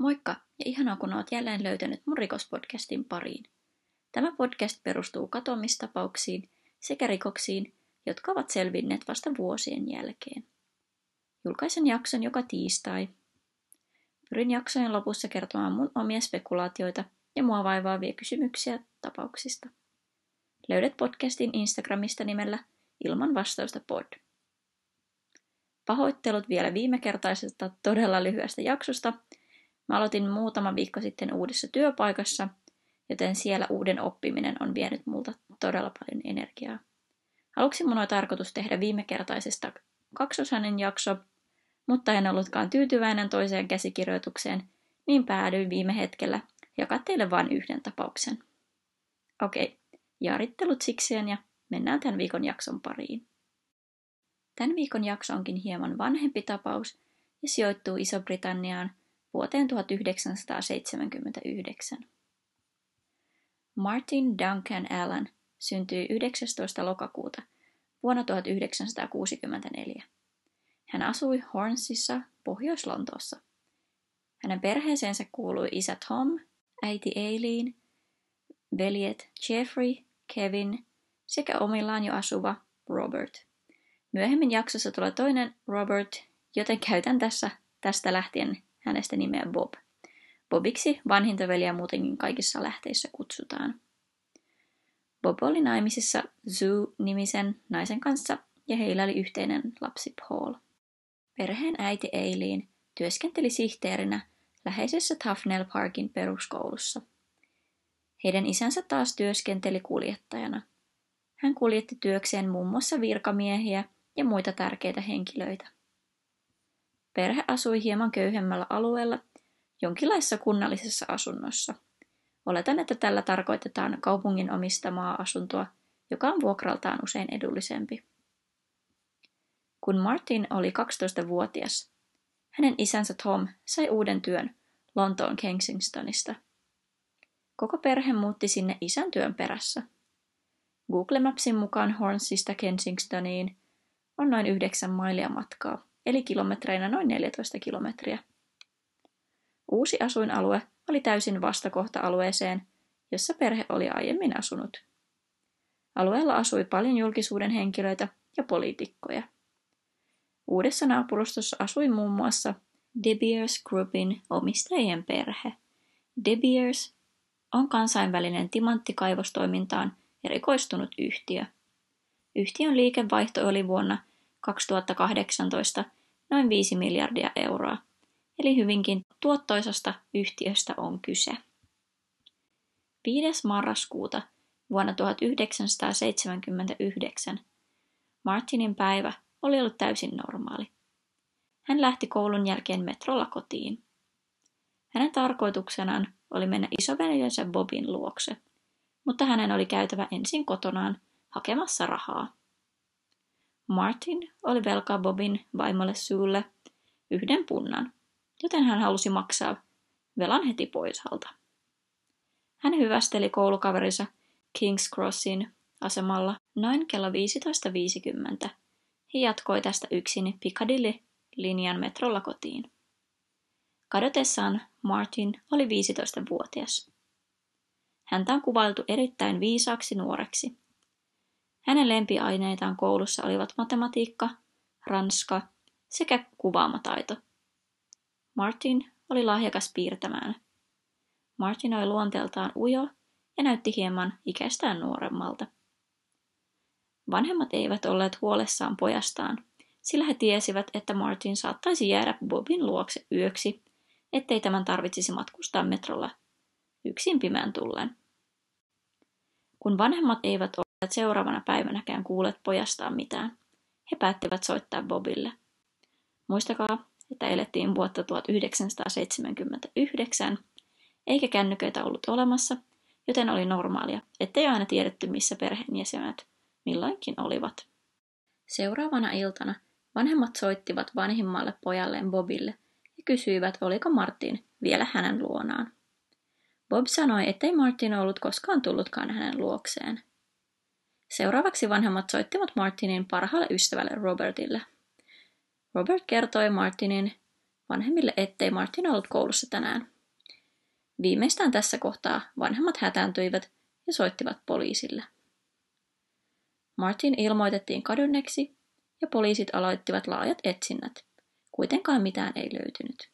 Moikka ja ihanaa, kun olet jälleen löytänyt mun rikospodcastin pariin. Tämä podcast perustuu katoamistapauksiin sekä rikoksiin, jotka ovat selvinneet vasta vuosien jälkeen. Julkaisen jakson joka tiistai. Pyrin jaksojen lopussa kertomaan mun omia spekulaatioita ja mua vaivaavia kysymyksiä tapauksista. Löydät podcastin Instagramista nimellä Ilman vastausta pod. Pahoittelut vielä viimekertaisesta todella lyhyestä jaksosta. Mä aloitin muutama viikko sitten uudessa työpaikassa, joten siellä uuden oppiminen on vienyt multa todella paljon energiaa. Aluksi mun oli tarkoitus tehdä viimekertaisesta kaksosainen jakso, mutta en ollutkaan tyytyväinen toiseen käsikirjoitukseen, niin päädyin viime hetkellä jakaa teille vain yhden tapauksen. Okei, jaarittelut sikseen ja mennään tämän viikon jakson pariin. Tämän viikon jakso onkin hieman vanhempi tapaus ja sijoittuu Iso-Britanniaan vuoteen 1979. Martin Duncan Allen syntyi 19. lokakuuta vuonna 1964. Hän asui Hornseyssa, Pohjois-Lontoossa. Hänen perheeseensä kuului isä Tom, äiti Aileen, veljet Jeffrey, Kevin sekä omillaan jo asuva Robert. Myöhemmin jaksossa tulee toinen Robert, joten käytän tästä lähtien hänestä nimeä Bob. Bobiksi vanhinta veliä muutenkin kaikissa lähteissä kutsutaan. Bob oli naimisissa Sue-nimisen naisen kanssa ja heillä oli yhteinen lapsi Paul. Perheen äiti Aileen työskenteli sihteerinä läheisessä Tufnell Parkin peruskoulussa. Heidän isänsä taas työskenteli kuljettajana. Hän kuljetti työkseen muun muassa virkamiehiä ja muita tärkeitä henkilöitä. Perhe asui hieman köyhemmällä alueella, jonkinlaisessa kunnallisessa asunnossa. Oletan, että tällä tarkoitetaan kaupungin omistamaa asuntoa, joka on vuokraltaan usein edullisempi. Kun Martin oli 12-vuotias, hänen isänsä Tom sai uuden työn Lontoon Kensingtonista. Koko perhe muutti sinne isän työn perässä. Google Mapsin mukaan Hornseysta Kensingtoniin on noin 9 mailia matkaa, eli kilometreinä noin 14 kilometriä. Uusi asuinalue oli täysin vastakohta alueeseen, jossa perhe oli aiemmin asunut. Alueella asui paljon julkisuuden henkilöitä ja poliitikkoja. Uudessa naapurustossa asui muun muassa De Beers Groupin omistajien perhe. De Beers on kansainvälinen timanttikaivostoimintaan erikoistunut yhtiö. Yhtiön liikevaihto oli vuonna 2018 noin 5 miljardia euroa, eli hyvinkin tuottoisasta yhtiöstä on kyse. 5. marraskuuta vuonna 1979 Martinin päivä oli ollut täysin normaali. Hän lähti koulun jälkeen metrolla kotiin. Hänen tarkoituksenaan oli mennä isoveljensä Bobin luokse, mutta hänen oli käytävä ensin kotonaan hakemassa rahaa. Martin oli velkaa Bobin vaimolle Suelle 1 punnan, joten hän halusi maksaa velan heti pois alta. Hän hyvästeli koulukaverinsa King's Crossin asemalla noin kello 15.50 ja jatkoi tästä yksin Piccadilly-linjan metrolla kotiin. Kadotessaan Martin oli 15-vuotias. Häntä on kuvailtu erittäin viisaaksi nuoreksi. Hänen lempiaineitaan koulussa olivat matematiikka, ranska sekä kuvaamataito. Martin oli lahjakas piirtämään. Martin oli luonteeltaan ujo ja näytti hieman ikästään nuoremmalta. Vanhemmat eivät olleet huolessaan pojastaan, sillä he tiesivät, että Martin saattaisi jäädä Bobin luokse yöksi, ettei tämän tarvitsisi matkustaa metrolla yksin pimeän tullen. Kun vanhemmat eivät olleet seuraavana päivänäkään kuulleet pojastaan mitään, he päättivät soittaa Bobille. Muistakaa, että elettiin vuotta 1979, eikä kännyköitä ollut olemassa, joten oli normaalia, ettei aina tiedetty, missä perheenjäsenet milloinkin olivat. Seuraavana iltana vanhemmat soittivat vanhimmalle pojalleen Bobille ja kysyivät, oliko Martin vielä hänen luonaan. Bob sanoi, ettei Martin ollut koskaan tullutkaan hänen luokseen. Seuraavaksi vanhemmat soittivat Martinin parhaalle ystävälle Robertille. Robert kertoi Martinin vanhemmille, ettei Martin ollut koulussa tänään, Viimeistään tässä kohtaa vanhemmat hätääntyivät ja soittivat poliisille. Martin ilmoitettiin kadonneeksi ja poliisit aloittivat laajat etsinnät. Kuitenkaan mitään ei löytynyt.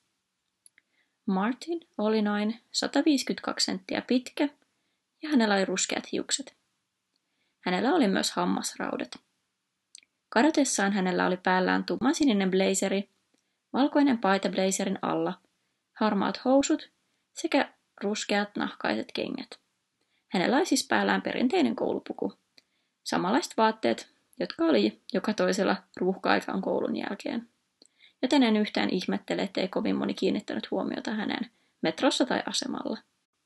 Martin oli noin 152 senttiä pitkä ja hänellä oli ruskeat hiukset. Hänellä oli myös hammasraudat. Kadotessaan hänellä oli päällään tummansininen blazeri, valkoinen paita blazerin alla, harmaat housut sekä ruskeat nahkaiset kengät. Hänellä oli siis päällään perinteinen koulupuku. Samanlaiset vaatteet, jotka oli joka toisella ruuhka-aikaan koulun jälkeen. Joten en yhtään ihmettele, ettei kovin moni kiinnittänyt huomiota häneen metrossa tai asemalla.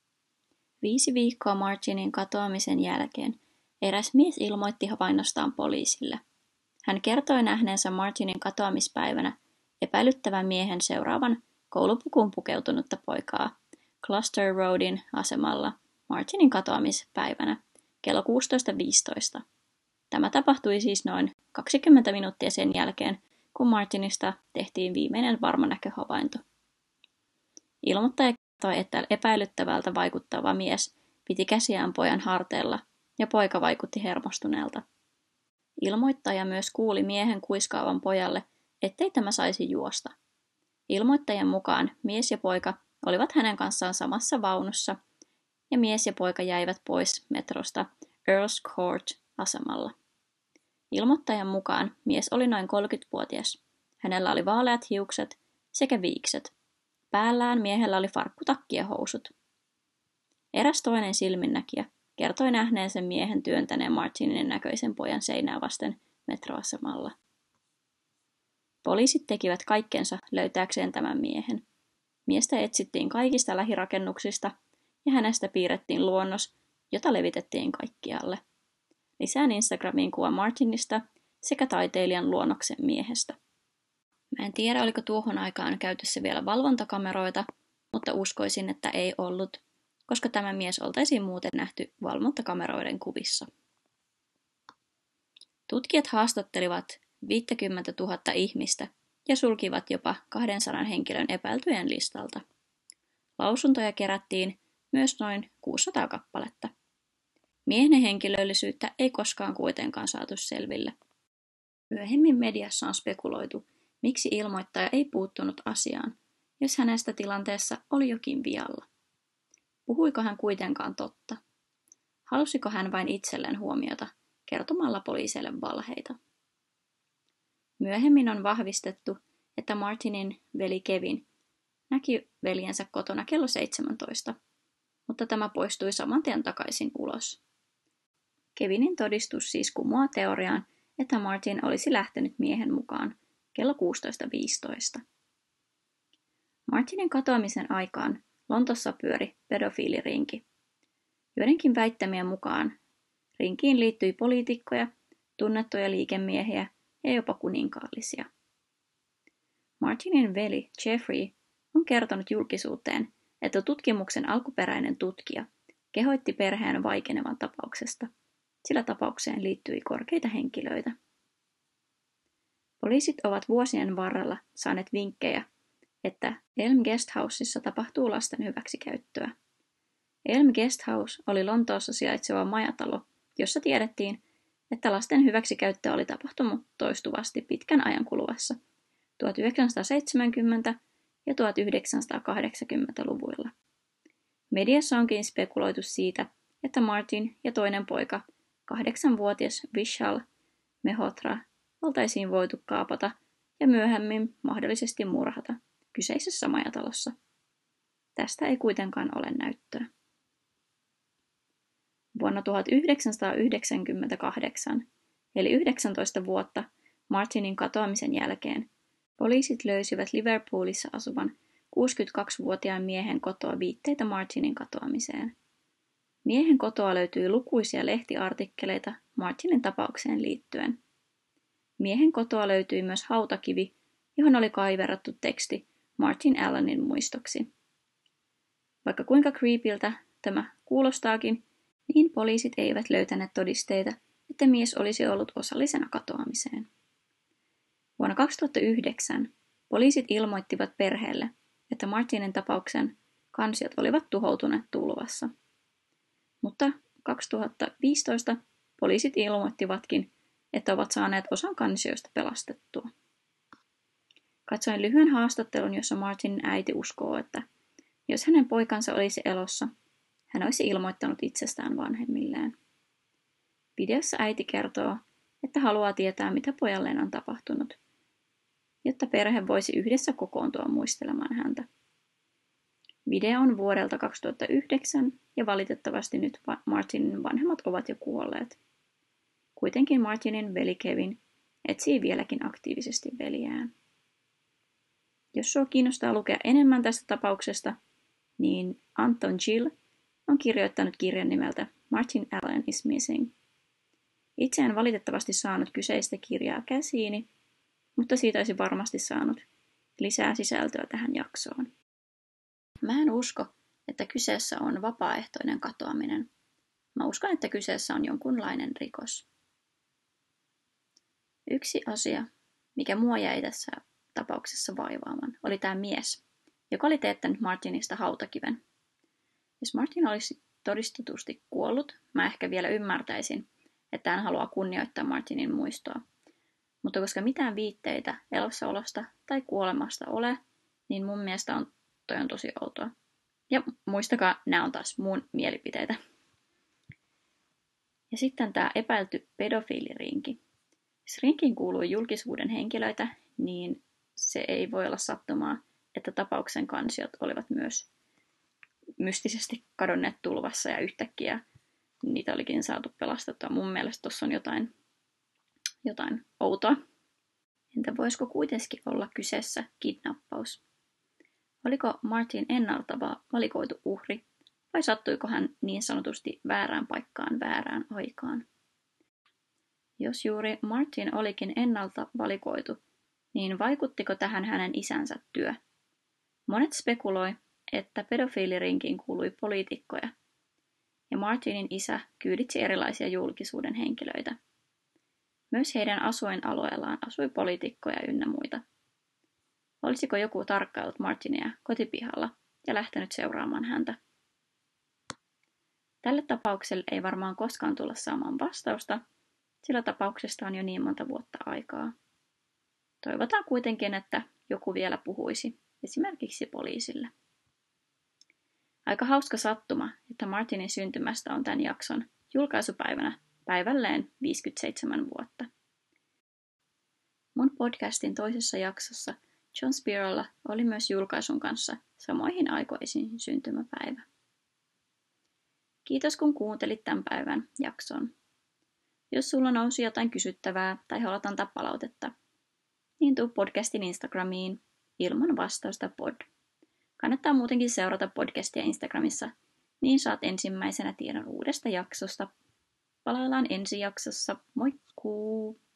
5 viikkoa Martinin katoamisen jälkeen eräs mies ilmoitti havainnostaan poliisille. Hän kertoi nähneensä Martinin katoamispäivänä epäilyttävän miehen seuraavan koulupukuun pukeutunutta poikaa Cluster Roadin asemalla Martinin katoamispäivänä kello 16.15. Tämä tapahtui siis noin 20 minuuttia sen jälkeen, kun Martinista tehtiin viimeinen varmanäköhavainto. Ilmoittaja kertoi, että epäilyttävältä vaikuttava mies piti käsiään pojan harteilla ja poika vaikutti hermostuneelta. Ilmoittaja myös kuuli miehen kuiskaavan pojalle, ettei tämä saisi juosta. Ilmoittajan mukaan mies ja poika olivat hänen kanssaan samassa vaunussa ja mies ja poika jäivät pois metrosta Earls Court-asemalla. Ilmoittajan mukaan mies oli noin 30-vuotias. Hänellä oli vaaleat hiukset sekä viikset. Päällään miehellä oli farkkutakki ja housut. Eräs toinen silminnäkijä kertoi nähneensä miehen työntäneen Martinin näköisen pojan seinää vasten metroasemalla. Poliisit tekivät kaikkensa löytääkseen tämän miehen. Miestä etsittiin kaikista lähirakennuksista ja hänestä piirrettiin luonnos, jota levitettiin kaikkialle. Lisään Instagramiin kuva Martinista sekä taiteilijan luonnoksen miehestä. Mä en tiedä, oliko tuohon aikaan käytössä vielä valvontakameroita, mutta uskoisin, että ei ollut, koska tämä mies oltaisiin muuten nähty valvontakameroiden kuvissa. Tutkijat haastattelivat 50 000 ihmistä ja sulkivat jopa 200 henkilön epäiltyjen listalta. Lausuntoja kerättiin myös noin 600 kappaletta. Miehen henkilöllisyyttä ei koskaan kuitenkaan saatu selville. Myöhemmin mediassa on spekuloitu, miksi ilmoittaja ei puuttunut asiaan, jos hänestä tilanteessa oli jokin vialla. Puhuiko hän kuitenkaan totta? Halusiko hän vain itselleen huomiota kertomalla poliiseille valheita? Myöhemmin on vahvistettu, että Martinin veli Kevin näki veljensä kotona kello 17, mutta tämä poistui saman tien takaisin ulos. Kevinin todistus siis kumoaa teoriaan, että Martin olisi lähtenyt miehen mukaan kello 16.15. Martinin katoamisen aikaan Lontossa pyöri pedofiilirinki. Joidenkin väittämien mukaan rinkiin liittyi poliitikkoja, tunnettuja liikemiehiä ja jopa kuninkaallisia. Martinin veli Jeffrey on kertonut julkisuuteen, että tutkimuksen alkuperäinen tutkija kehoitti perheen vaikenevan tapauksesta, sillä tapaukseen liittyi korkeita henkilöitä. Poliisit ovat vuosien varrella saaneet vinkkejä, että Elm Guesthouseissa tapahtuu lasten hyväksikäyttöä. Elm Guesthouse oli Lontoossa sijaitseva majatalo, jossa tiedettiin, että lasten hyväksikäyttöä oli tapahtunut toistuvasti pitkän ajan kuluessa 1970- ja 1980-luvuilla. Mediassa onkin spekuloitu siitä, että Martin ja toinen poika, 8-vuotias Vishal Mehrotra, oltaisiin voitu kaapata ja myöhemmin mahdollisesti murhata kyseisessä majatalossa. Tästä ei kuitenkaan ole näyttöä. Vuonna 1998, eli 19 vuotta Martinin katoamisen jälkeen, poliisit löysivät Liverpoolissa asuvan 62-vuotiaan miehen kotoa viitteitä Martinin katoamiseen. Miehen kotoa löytyi lukuisia lehtiartikkeleita Martinin tapaukseen liittyen. Miehen kotoa löytyi myös hautakivi, johon oli kaiverrattu teksti Martin Allenin muistoksi. Vaikka kuinka creepiltä tämä kuulostaakin, niin poliisit eivät löytäneet todisteita, että mies olisi ollut osallisena katoamiseen. Vuonna 2009 poliisit ilmoittivat perheelle, että Martinin tapauksen Kansiot olivat tuhoutuneet tulvassa. Mutta 2015 poliisit ilmoittivatkin, että ovat saaneet osan kansioista pelastettua. Katsoin lyhyen haastattelun, jossa Martinin äiti uskoo, että jos hänen poikansa olisi elossa, hän olisi ilmoittanut itsestään vanhemmilleen. Videossa äiti kertoo, että haluaa tietää, mitä pojalleen on tapahtunut, jotta perhe voisi yhdessä kokoontua muistelemaan häntä. Video on vuodelta 2009 ja valitettavasti nyt Martinin vanhemmat ovat jo kuolleet. Kuitenkin Martinin veli Kevin etsii vieläkin aktiivisesti veljeään. Jos sinua kiinnostaa lukea enemmän tästä tapauksesta, niin Anton Gill on kirjoittanut kirjan nimeltä Martin Allen is Missing. Itse en valitettavasti saanut kyseistä kirjaa käsiini, mutta siitä olisi varmasti saanut lisää sisältöä tähän jaksoon. Mä en usko, että kyseessä on vapaaehtoinen katoaminen. Mä uskon, että kyseessä on jonkunlainen rikos. Yksi asia, mikä mua jäi tässä tapauksessa vaivaamaan, oli tämä mies, joka oli teettänyt Martinista hautakiven. Jos Martin olisi todistetusti kuollut, mä ehkä vielä ymmärtäisin, että hän haluaa kunnioittaa Martinin muistoa. Mutta koska mitään viitteitä elossaolosta tai kuolemasta ole, niin mun mielestä toi on tosi outoa. Ja muistakaa, nämä on taas mun mielipiteitä. Ja sitten tämä epäilty pedofiilirinki. Jos rinkiin kuuluu julkisuuden henkilöitä, niin se ei voi olla sattumaa, että tapauksen kansiot olivat myös mystisesti kadonneet tulvassa ja yhtäkkiä niitä olikin saatu pelastettua. Mun mielestä tuossa on jotain outoa. Entä voisiko kuitenkin olla kyseessä kidnappaus? Oliko Martin ennalta valikoitu uhri vai sattuiko hän niin sanotusti väärään paikkaan väärään aikaan? Jos juuri Martin olikin ennalta valikoitu, niin vaikuttiko tähän hänen isänsä työ? Monet spekuloi, että pedofiilirinkiin kuului poliitikkoja, ja Martinin isä kyyditsi erilaisia julkisuuden henkilöitä. Myös heidän asuinalueellaan asui poliitikkoja ynnä muita. Olisiko joku tarkkaillut Martinia kotipihalla ja lähtenyt seuraamaan häntä? Tälle tapaukselle ei varmaan koskaan tulla saamaan vastausta, sillä tapauksesta on jo niin monta vuotta aikaa. Toivotaan kuitenkin, että joku vielä puhuisi, esimerkiksi poliisille. Aika hauska sattuma, että Martinin syntymästä on tämän jakson julkaisupäivänä päivälleen 57 vuotta. Mun podcastin toisessa jaksossa John Spirolla oli myös julkaisun kanssa samoihin aikoihin syntymäpäivä. Kiitos kun kuuntelit tämän päivän jakson. Jos sulla nousi jotain kysyttävää tai haluat antaa palautetta, niin tuu podcastin Instagramiin ilman vastausta pod. Kannattaa muutenkin seurata podcastia Instagramissa, niin saat ensimmäisenä tiedon uudesta jaksosta. Palaillaan ensi jaksossa. Moikkuu!